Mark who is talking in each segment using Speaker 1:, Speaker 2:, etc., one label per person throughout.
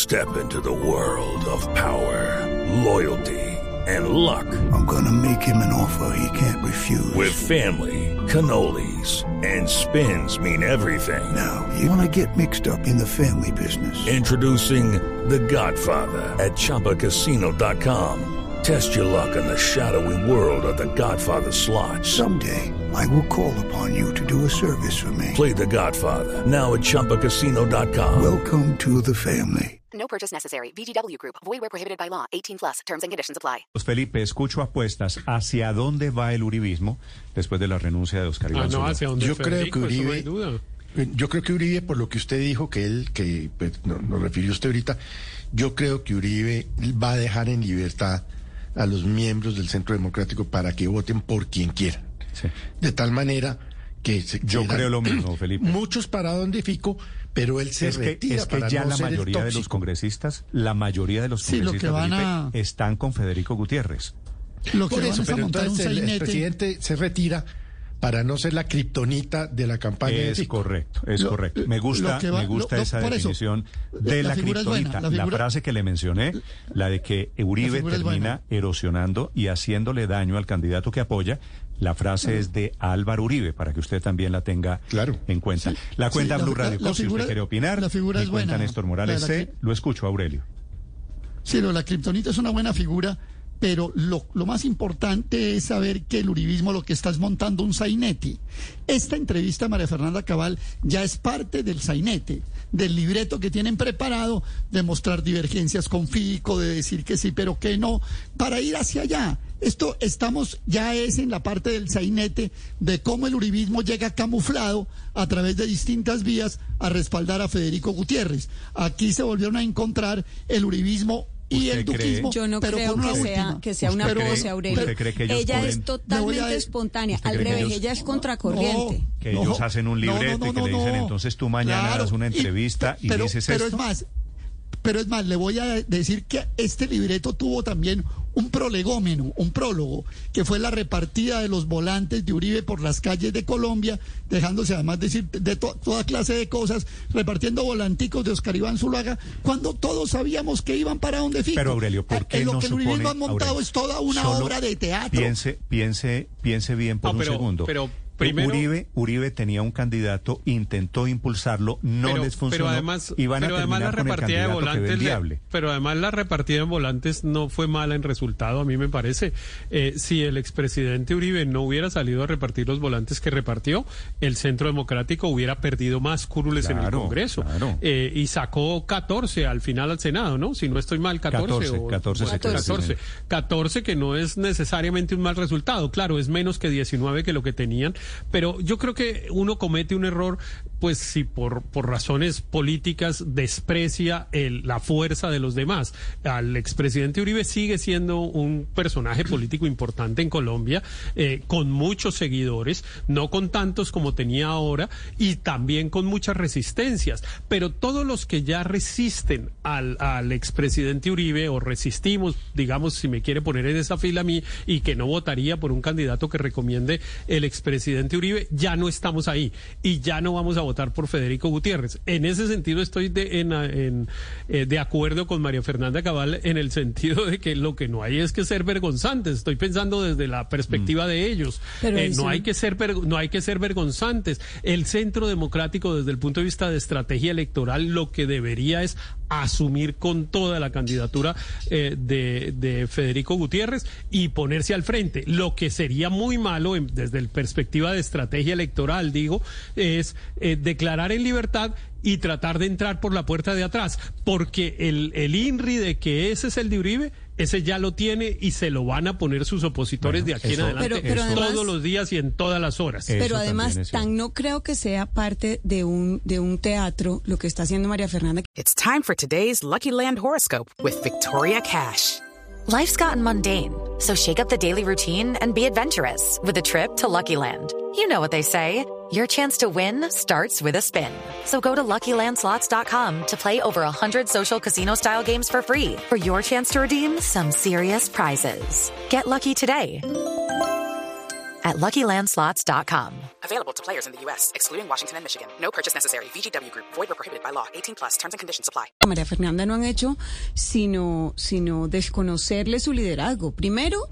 Speaker 1: Step into the world of power, loyalty, and luck.
Speaker 2: I'm gonna make him an offer he can't refuse.
Speaker 1: With family, cannolis, and spins mean everything.
Speaker 2: Now, you wanna get mixed up in the family business.
Speaker 1: Introducing The Godfather at ChumbaCasino.com. Test your luck in the shadowy world of The Godfather slot.
Speaker 2: Someday, I will call upon you to do a service for me.
Speaker 1: Play The Godfather now at ChumbaCasino.com.
Speaker 2: Welcome to the family.
Speaker 3: No purchase necessary. VGW Group. Void where prohibited by law. 18+. Terms and conditions apply.
Speaker 4: Felipe, escucho apuestas. ¿Hacia dónde va el uribismo después de la renuncia de Oscar Iván Zuluaga?
Speaker 5: ¿Hacia dónde?
Speaker 6: Yo
Speaker 5: Federico,
Speaker 6: creo que Uribe,
Speaker 5: eso no hay duda.
Speaker 6: yo creo que Uribe, por lo que usted dijo, nos refirió usted ahorita, yo creo que Uribe va a dejar en libertad a los miembros del Centro Democrático para que voten por quien quieran.
Speaker 4: Sí.
Speaker 6: De tal manera que
Speaker 4: yo creo lo mismo, Felipe.
Speaker 6: Muchos para Don Fico, pero él se retira.
Speaker 4: Es que
Speaker 6: para
Speaker 4: ya
Speaker 6: no
Speaker 4: la
Speaker 6: ser el
Speaker 4: mayoría de los
Speaker 6: tóxico.
Speaker 4: congresistas, Felipe, están con Federico Gutiérrez.
Speaker 7: Lo que
Speaker 6: Por
Speaker 7: van
Speaker 6: eso,
Speaker 7: es a
Speaker 6: pero
Speaker 7: montar un
Speaker 6: entonces el
Speaker 7: sainete.
Speaker 6: presidente se retira para no ser la kriptonita de la campaña de
Speaker 4: Es
Speaker 6: Fico.
Speaker 4: correcto. Me gusta esa definición de la
Speaker 7: figura es buena,
Speaker 4: kriptonita. La frase que le mencioné, la de que Uribe termina erosionando y haciéndole daño al candidato que apoya. La frase es de Álvaro Uribe, para que usted también la tenga en cuenta.
Speaker 7: Sí,
Speaker 4: la cuenta Blue Radio.
Speaker 7: la
Speaker 4: si
Speaker 7: figura,
Speaker 4: usted quiere opinar,
Speaker 7: la figura es
Speaker 4: cuenta
Speaker 7: buena.
Speaker 4: Néstor Morales lo escucho, Aurelio.
Speaker 7: Sí, la kriptonita es una buena figura, pero lo más importante es saber que el uribismo lo que está es montando un sainete. Esta entrevista a María Fernanda Cabal ya es parte del sainete, del libreto que tienen preparado de mostrar divergencias con Fico, de decir que sí pero que no, para ir hacia allá. Esto ya es en la parte del sainete de cómo el uribismo llega camuflado a través de distintas vías a respaldar a Federico Gutiérrez. Aquí se volvieron a encontrar el uribismo y el duquismo.
Speaker 8: Yo no
Speaker 7: pero
Speaker 8: creo que sea una pose, Aurelio. Ella es totalmente espontánea, al revés, ella es contracorriente.
Speaker 4: Que ellos hacen un libreto y que le dicen, entonces tú mañana das una entrevista y dices esto.
Speaker 7: Pero es más, le voy a decir que este libreto tuvo también un prolegómeno, un prólogo, que fue la repartida de los volantes de Uribe por las calles de Colombia, dejándose además decir de toda clase de cosas, repartiendo volanticos de Oscar Iván Zuluaga, cuando todos sabíamos que iban para donde Fico.
Speaker 4: Pero Aurelio, ¿por qué
Speaker 7: lo
Speaker 4: no
Speaker 7: que el
Speaker 4: supone,
Speaker 7: uribismo han montado
Speaker 4: Aurelio,
Speaker 7: es toda una obra de teatro?
Speaker 4: Piense bien por un segundo.
Speaker 5: Pero primero,
Speaker 4: Uribe tenía un candidato, intentó impulsarlo, no les funcionó.
Speaker 5: Pero además la repartida de volantes, pero además la repartida de volantes no fue mala en resultado, a mí me parece. Si el expresidente Uribe no hubiera salido a repartir los volantes que repartió, el Centro Democrático hubiera perdido más curules en el Congreso. Y sacó 14 al final al Senado, ¿no? Si no estoy mal, 14, que no es necesariamente un mal resultado. Claro, es menos que 19 que lo que tenían. Pero yo creo que uno comete un error, pues si por razones políticas desprecia la fuerza de los demás. Al expresidente Uribe sigue siendo un personaje político importante en Colombia, con muchos seguidores, no con tantos como tenía ahora, y también con muchas resistencias. Pero todos los que ya resisten al expresidente Uribe, o resistimos, digamos, si me quiere poner en esa fila a mí, y que no votaría por un candidato que recomiende el expresidente Uribe, ya no estamos ahí y ya no vamos a votar por Federico Gutiérrez. En ese sentido estoy de acuerdo con María Fernanda Cabal, en el sentido de que lo que no hay es que ser vergonzantes. Estoy pensando desde la perspectiva de ellos. No hay que ser vergonzantes. El Centro Democrático, desde el punto de vista de estrategia electoral, lo que debería es asumir con toda la candidatura de Federico Gutiérrez y ponerse al frente. Lo que sería muy malo desde el perspectiva de estrategia electoral, digo, es declarar en libertad y tratar de entrar por la puerta de atrás, porque el INRI de que ese es el de Uribe, ese ya lo tiene y se lo van a poner sus opositores de aquí en adelante,
Speaker 8: pero además,
Speaker 5: todos los días y en todas las horas.
Speaker 8: Pero además, no creo que sea parte de un teatro lo que está haciendo María Fernanda.
Speaker 9: It's time for today's Lucky Land horoscope with Victoria Cash. Life's gotten mundane, so shake up the daily routine and be adventurous with a trip to Lucky Land. You know what they say. Your chance to win starts with a spin. So go to LuckyLandSlots.com to play over 100 social casino-style games for free for your chance to redeem some serious prizes. Get lucky today at LuckyLandSlots.com.
Speaker 3: Available to players in the U.S., excluding Washington and Michigan. No purchase necessary. VGW Group. Void or prohibited by law. 18+. Terms and conditions apply.
Speaker 8: María Fernanda no han hecho sino desconocerle su liderazgo. Primero,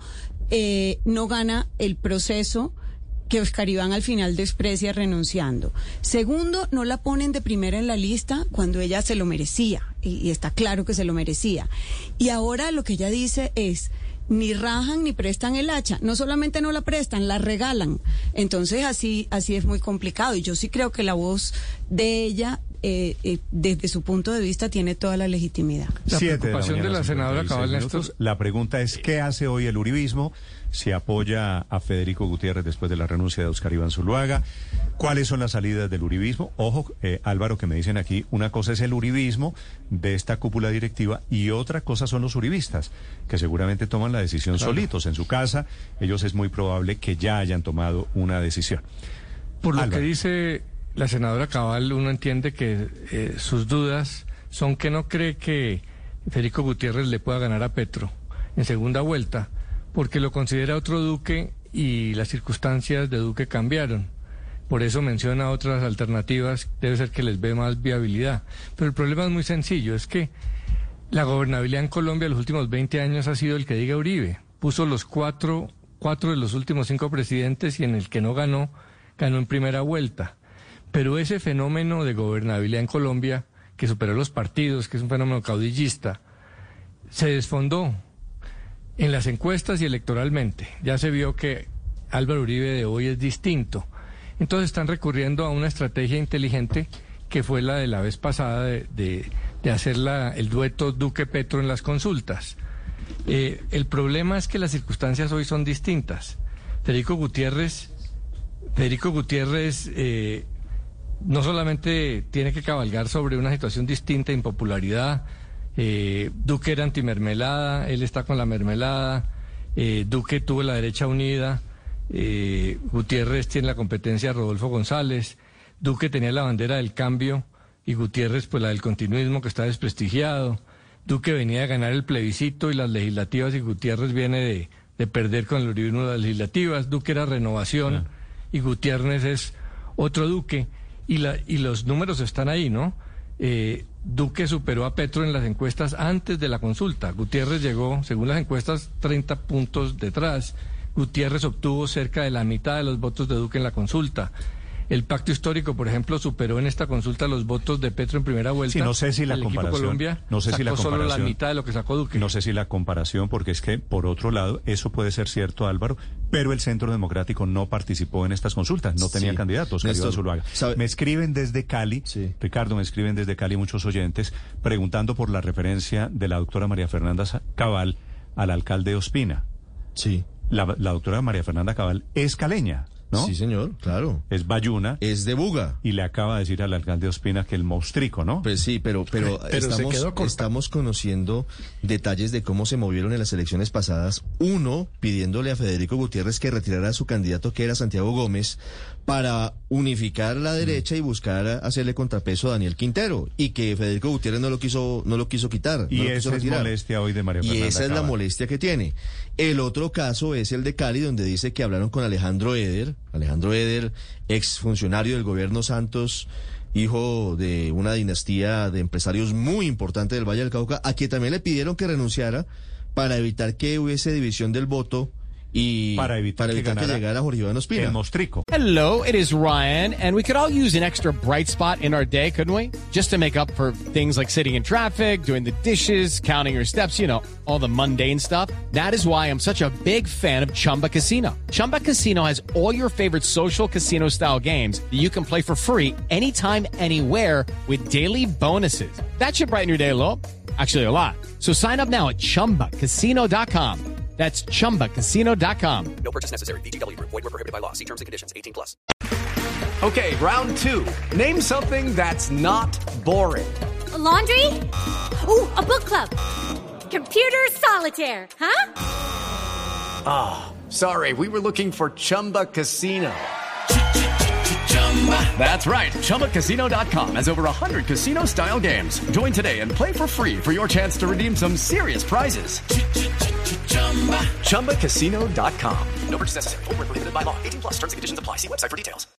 Speaker 8: no gana el proceso que Oscar Iván al final desprecia renunciando. Segundo, no la ponen de primera en la lista cuando ella se lo merecía, y está claro que se lo merecía. Y ahora lo que ella dice es: ni rajan ni prestan el hacha. No solamente no la prestan, la regalan. Entonces así es muy complicado. Y yo sí creo que la voz de ella, desde su punto de vista, tiene toda la legitimidad.
Speaker 10: La preocupación de la senadora Cabal Néstor.
Speaker 4: La pregunta es: ¿qué hace hoy el uribismo? ¿Se apoya a Federico Gutiérrez después de la renuncia de Oscar Iván Zuluaga? ¿Cuáles son las salidas del uribismo? Ojo, Álvaro, que me dicen aquí, una cosa es el uribismo de esta cúpula directiva y otra cosa son los uribistas, que seguramente toman la decisión solitos en su casa. Ellos es muy probable que ya hayan tomado una decisión.
Speaker 10: Por lo que dice la senadora Cabal, uno entiende que sus dudas son que no cree que Federico Gutiérrez le pueda ganar a Petro en segunda vuelta, porque lo considera otro Duque y las circunstancias de Duque cambiaron. Por eso menciona otras alternativas, debe ser que les ve más viabilidad. Pero el problema es muy sencillo, es que la gobernabilidad en Colombia en los últimos 20 años ha sido el que diga Uribe. Puso los cuatro de los últimos 5 presidentes y en el que no ganó en primera vuelta. Pero ese fenómeno de gobernabilidad en Colombia, que superó los partidos, que es un fenómeno caudillista, se desfondó en las encuestas y electoralmente. Ya se vio que Álvaro Uribe de hoy es distinto. Entonces están recurriendo a una estrategia inteligente que fue la de la vez pasada de hacer el dueto Duque-Petro en las consultas. El problema es que las circunstancias hoy son distintas. Federico Gutiérrez no solamente tiene que cabalgar sobre una situación distinta, impopularidad. Duque era antimermelada, él está con la mermelada. Duque tuvo la derecha unida. Gutiérrez tiene la competencia de Rodolfo González. Duque tenía la bandera del cambio y Gutiérrez pues la del continuismo, que está desprestigiado. Duque venía de ganar el plebiscito y las legislativas y Gutiérrez viene de perder con el uribismo de las legislativas. Duque era renovación y Gutiérrez es otro Duque, y los números están ahí, ¿no? Duque superó a Petro en las encuestas antes de la consulta. Gutiérrez llegó, según las encuestas, 30 puntos detrás. Gutiérrez obtuvo cerca de la mitad de los votos de Duque en la consulta. El pacto histórico, por ejemplo, superó en esta consulta los votos de Petro en primera vuelta.
Speaker 4: Sí, no sé si la comparación,
Speaker 10: Colombia sacó solo la mitad de lo que sacó Duque.
Speaker 4: No sé si la comparación, porque es que, por otro lado, eso puede ser cierto, Álvaro, pero el Centro Democrático no participó en estas consultas, no tenía candidatos. Oscar Iván Zuluaga. Me escriben desde Cali, Ricardo, me escriben desde Cali muchos oyentes, preguntando por la referencia de la doctora María Fernanda Cabal al alcalde de Ospina.
Speaker 6: Sí.
Speaker 4: La doctora María Fernanda Cabal es caleña, ¿no?
Speaker 6: Sí, señor, claro.
Speaker 4: Es bayuna.
Speaker 6: Es de Buga.
Speaker 4: Y le acaba de decir al alcalde de Ospina que el monstrico, ¿no?
Speaker 6: Pues sí, pero estamos conociendo detalles de cómo se movieron en las elecciones pasadas. Uno, pidiéndole a Federico Gutiérrez que retirara a su candidato, que era Santiago Gómez, para unificar la derecha y buscar hacerle contrapeso a Daniel Quintero. Y que Federico Gutiérrez no lo quiso quitar.
Speaker 4: Y esa es molestia hoy de María Fernanda.
Speaker 6: Y esa es la molestia que tiene. El otro caso es el de Cali, donde dice que hablaron con Alejandro Eder, ex funcionario del gobierno Santos, hijo de una dinastía de empresarios muy importante del Valle del Cauca, a quien también le pidieron que renunciara para evitar que hubiese división del voto y para evitar que llegara Jorge Iván Ospina.
Speaker 4: El mostrico.
Speaker 11: Hello, it is Ryan, and we could all use an extra bright spot in our day, couldn't we? Just to make up for things like sitting in traffic, doing the dishes, counting your steps, you know, all the mundane stuff. That is why I'm such a big fan of Chumba Casino. Chumba Casino has all your favorite social casino-style games that you can play for free anytime, anywhere with daily bonuses. That should brighten your day a little. Actually, a lot. So sign up now at ChumbaCasino.com. That's ChumbaCasino.com.
Speaker 3: No purchase necessary. VGW Group. Void where prohibited by law. See terms and conditions. 18+.
Speaker 12: Okay, round 2. Name something that's not boring.
Speaker 13: A laundry? Ooh, a book club. Computer solitaire, huh?
Speaker 12: Ah, sorry. We were looking for Chumba Casino. That's right. ChumbaCasino.com has over 100 casino-style games. Join today and play for free for your chance to redeem some serious prizes. ChumbaCasino.com. No purchase necessary. Void where prohibited by law. 18+ terms and conditions apply. See website for details.